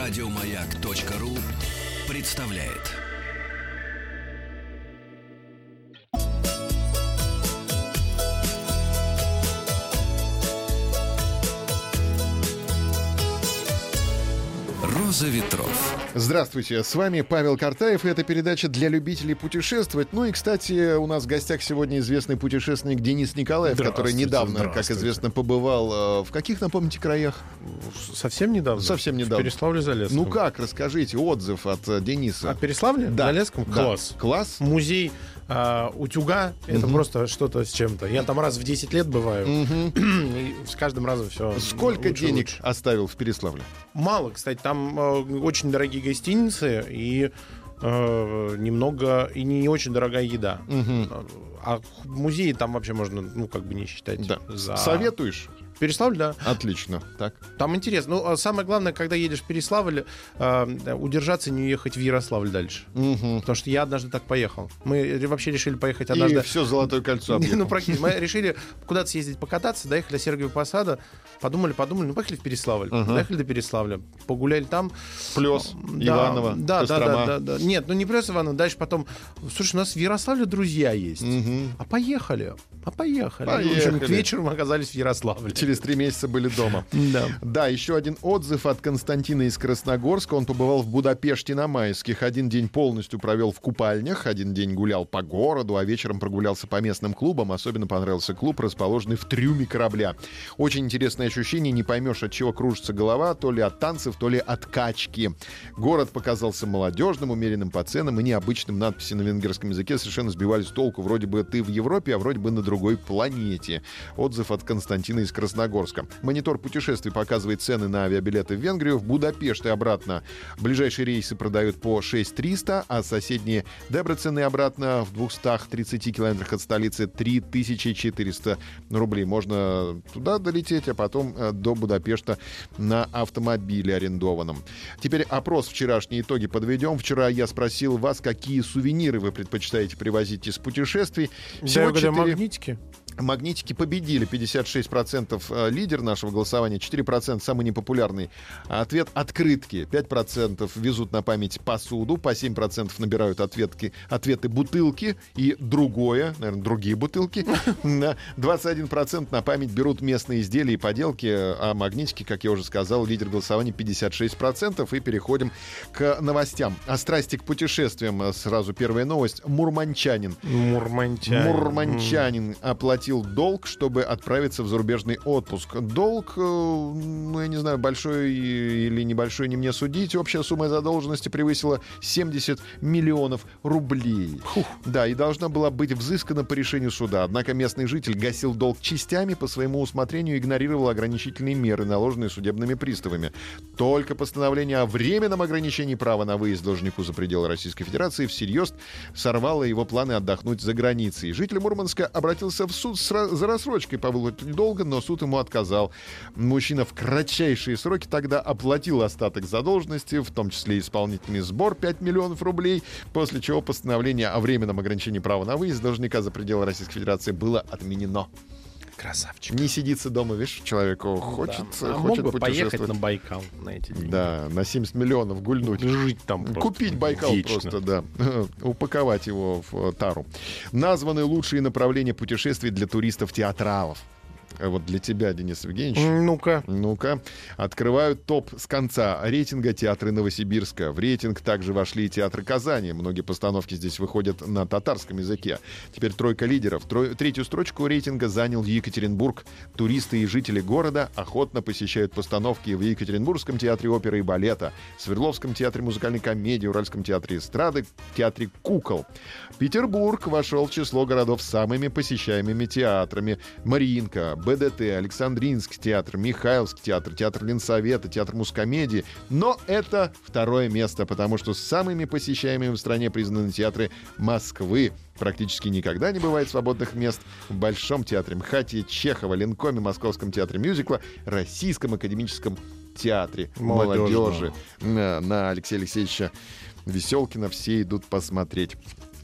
Радиомаяк.ру представляет. «Роза ветров». Здравствуйте, с вами Павел Картаев, и это передача для любителей путешествовать. Ну и, кстати, у нас в гостях сегодня известный путешественник Денис Николаев, который недавно, как известно, побывал в каких, напомните, краях? Совсем недавно? Совсем недавно. В Переславле-Залесском. Ну как, расскажите, отзыв от Дениса. От Переславля? Да. Залесском? Да. Класс. Класс? Музей утюга — это просто что-то с чем-то. Я там раз в 10 лет бываю, и с каждым разом все. Сколько денег оставил в Переславле? Мало, кстати, там очень дорогие гостиницы и немного, и не очень дорогая еда. А музеи там вообще можно, не считать. Да. За... Советуешь? Переславль, да. Отлично. Так. Там интересно. Ну, самое главное, когда едешь в Переславль, удержаться и не уехать в Ярославль дальше. Потому что я однажды так поехал. Мы вообще решили поехать однажды. И все Золотое кольцо объехал. Ну, практически. Мы решили куда-то съездить покататься, доехали до Сергиева Посада, подумали, поехали в Переславль. Доехали до Переславля, погуляли там. Плес, Да, Иваново, да. Нет, не Плес, Иваново, дальше потом. Слушай, у нас в Ярославле друзья есть. А поехали. В общем, к вечеру мы оказались в Ярославле. Через 3 месяца были дома. Да, еще один отзыв от Константина из Красногорска. Он побывал в Будапеште на Майских. 1 день полностью провел в купальнях, 1 день гулял по городу, а вечером прогулялся по местным клубам. Особенно понравился клуб, расположенный в трюме корабля. Очень интересное ощущение. Не поймешь, от чего кружится голова, то ли от танцев, то ли от качки. Город показался молодежным, умеренным по ценам и необычным. Надписи на венгерском языке совершенно сбивали с толку. Вроде бы ты в Европе, а вроде бы на другой планете. Отзыв от Константина из Красногорска. Монитор путешествий показывает цены на авиабилеты в Венгрию. В Будапешт и обратно ближайшие рейсы продают по 6300, а соседние Дебрецен и обратно в 230 километрах от столицы 3400 рублей. Можно туда долететь, а потом до Будапешта на автомобиле арендованном. Теперь опрос, вчерашние итоги подведем. Вчера я спросил вас, какие сувениры вы предпочитаете привозить из путешествий. Всего 4... магнитики. Магнитики победили. 56% лидер нашего голосования, 4% самый непопулярный ответ — открытки. 5% везут на память посуду, по 7% набирают ответы бутылки и другое, наверное, другие бутылки. 21% на память берут местные изделия и поделки, а магнитики, как я уже сказал, лидер голосования 56%. И переходим к новостям. О страсти к путешествиям сразу первая новость. Мурманчанин оплатил долг, чтобы отправиться в зарубежный отпуск. Долг, я не знаю, большой или небольшой, не мне судить. Общая сумма задолженности превысила 70 миллионов рублей. Да, и должна была быть взыскана по решению суда. Однако местный житель гасил долг частями по своему усмотрению и игнорировал ограничительные меры, наложенные судебными приставами. Только постановление о временном ограничении права на выезд должнику за пределы Российской Федерации всерьез сорвало его планы отдохнуть за границей. Житель Мурманска обратился в суд за рассрочкой по выплате долга, но суд ему отказал. Мужчина в кратчайшие сроки тогда оплатил остаток задолженности, в том числе исполнительный сбор 5 миллионов рублей, после чего постановление о временном ограничении права на выезд должника за пределы Российской Федерации было отменено. Красавчик. Не сидится дома, видишь, человеку хочет мог бы путешествовать. поехать на Байкал на эти деньги. Да, на 70 миллионов гульнуть. Жить там просто. Купить Байкал вечно. просто, да. Упаковать его в тару. Названы лучшие направления путешествий для туристов-театралов. Вот для тебя, Денис Евгеньевич. Ну-ка. Открывают топ с конца рейтинга театры Новосибирска. В рейтинг также вошли и театры Казани. Многие постановки здесь выходят на татарском языке. Теперь тройка лидеров. Третью строчку рейтинга занял Екатеринбург. Туристы и жители города охотно посещают постановки в Екатеринбургском театре оперы и балета, Свердловском театре музыкальной комедии, Уральском театре эстрады, театре кукол. Петербург вошел в число городов с самыми посещаемыми театрами. Мариинка, БДТ, Александринский театр, Михайловский театр, театр Ленсовета, театр мускомедии. Но это второе место, потому что самыми посещаемыми в стране признаны театры Москвы. Практически никогда не бывает свободных мест в Большом театре МХАТе, Чехова, Ленкоме, Московском театре мюзикла, Российском академическом театре молодежи. На Алексея Алексеевича Веселкина все идут посмотреть.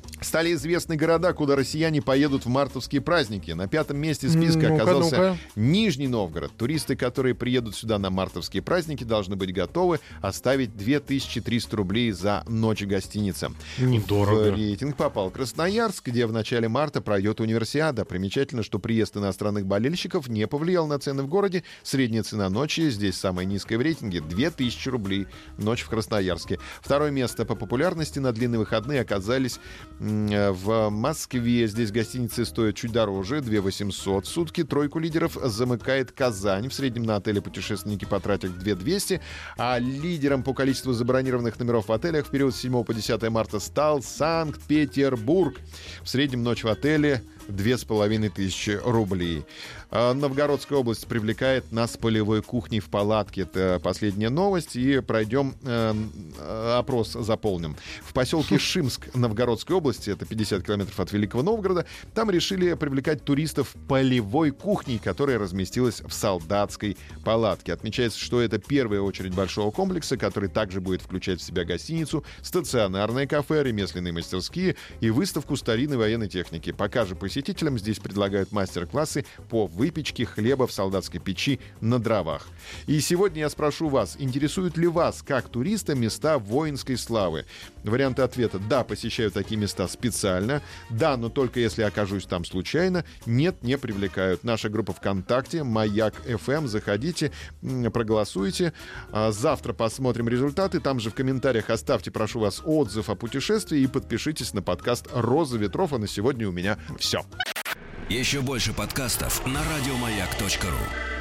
Стали известны города, куда россияне поедут в мартовские праздники. На 5-м месте списка оказался Нижний Новгород. Туристы, которые приедут сюда на мартовские праздники, должны быть готовы оставить 2300 рублей за ночь в гостинице. Недорого. В рейтинг попал Красноярск, где в начале марта пройдет универсиада. Примечательно, что приезд иностранных болельщиков не повлиял на цены в городе. Средняя цена ночи здесь самая низкая в рейтинге — 2000 рублей. Ночь в Красноярске. Второе место по популярности на длинные выходные оказались в Москве. Здесь гостиницы стоят чуть дороже, 2800 в сутки. Тройку лидеров замыкает Казань. В среднем на отеле путешественники потратят 2200. А лидером по количеству забронированных номеров в отелях в период с 7 по 10 марта стал Санкт-Петербург. В среднем ночь в отеле 2500 рублей. Новгородская область привлекает нас полевой кухней в палатке. Это последняя новость. И пройдем опрос заполним. В поселке Шимск Новгородской области, это 50 километров от Великого Новгорода, там решили привлекать туристов полевой кухней, которая разместилась в солдатской палатке. Отмечается, что это первая очередь большого комплекса, который также будет включать в себя гостиницу, стационарное кафе, ремесленные мастерские и выставку старинной военной техники. Пока же посетителям здесь предлагают мастер-классы по выпечке хлеба в солдатской печи на дровах. И сегодня я спрошу вас, интересуют ли вас, как туриста, места воинской славы? Варианты ответа: да, посещаю такие места специально, да, но только если окажусь там случайно, нет, не привлекают. Наша группа ВКонтакте «Маяк ФМ», заходите, проголосуйте. Завтра посмотрим результаты. Там же в комментариях оставьте, прошу вас, отзыв о путешествии и подпишитесь на подкаст «Роза ветров». А на сегодня у меня все. Еще больше подкастов на радиомаяк.ру.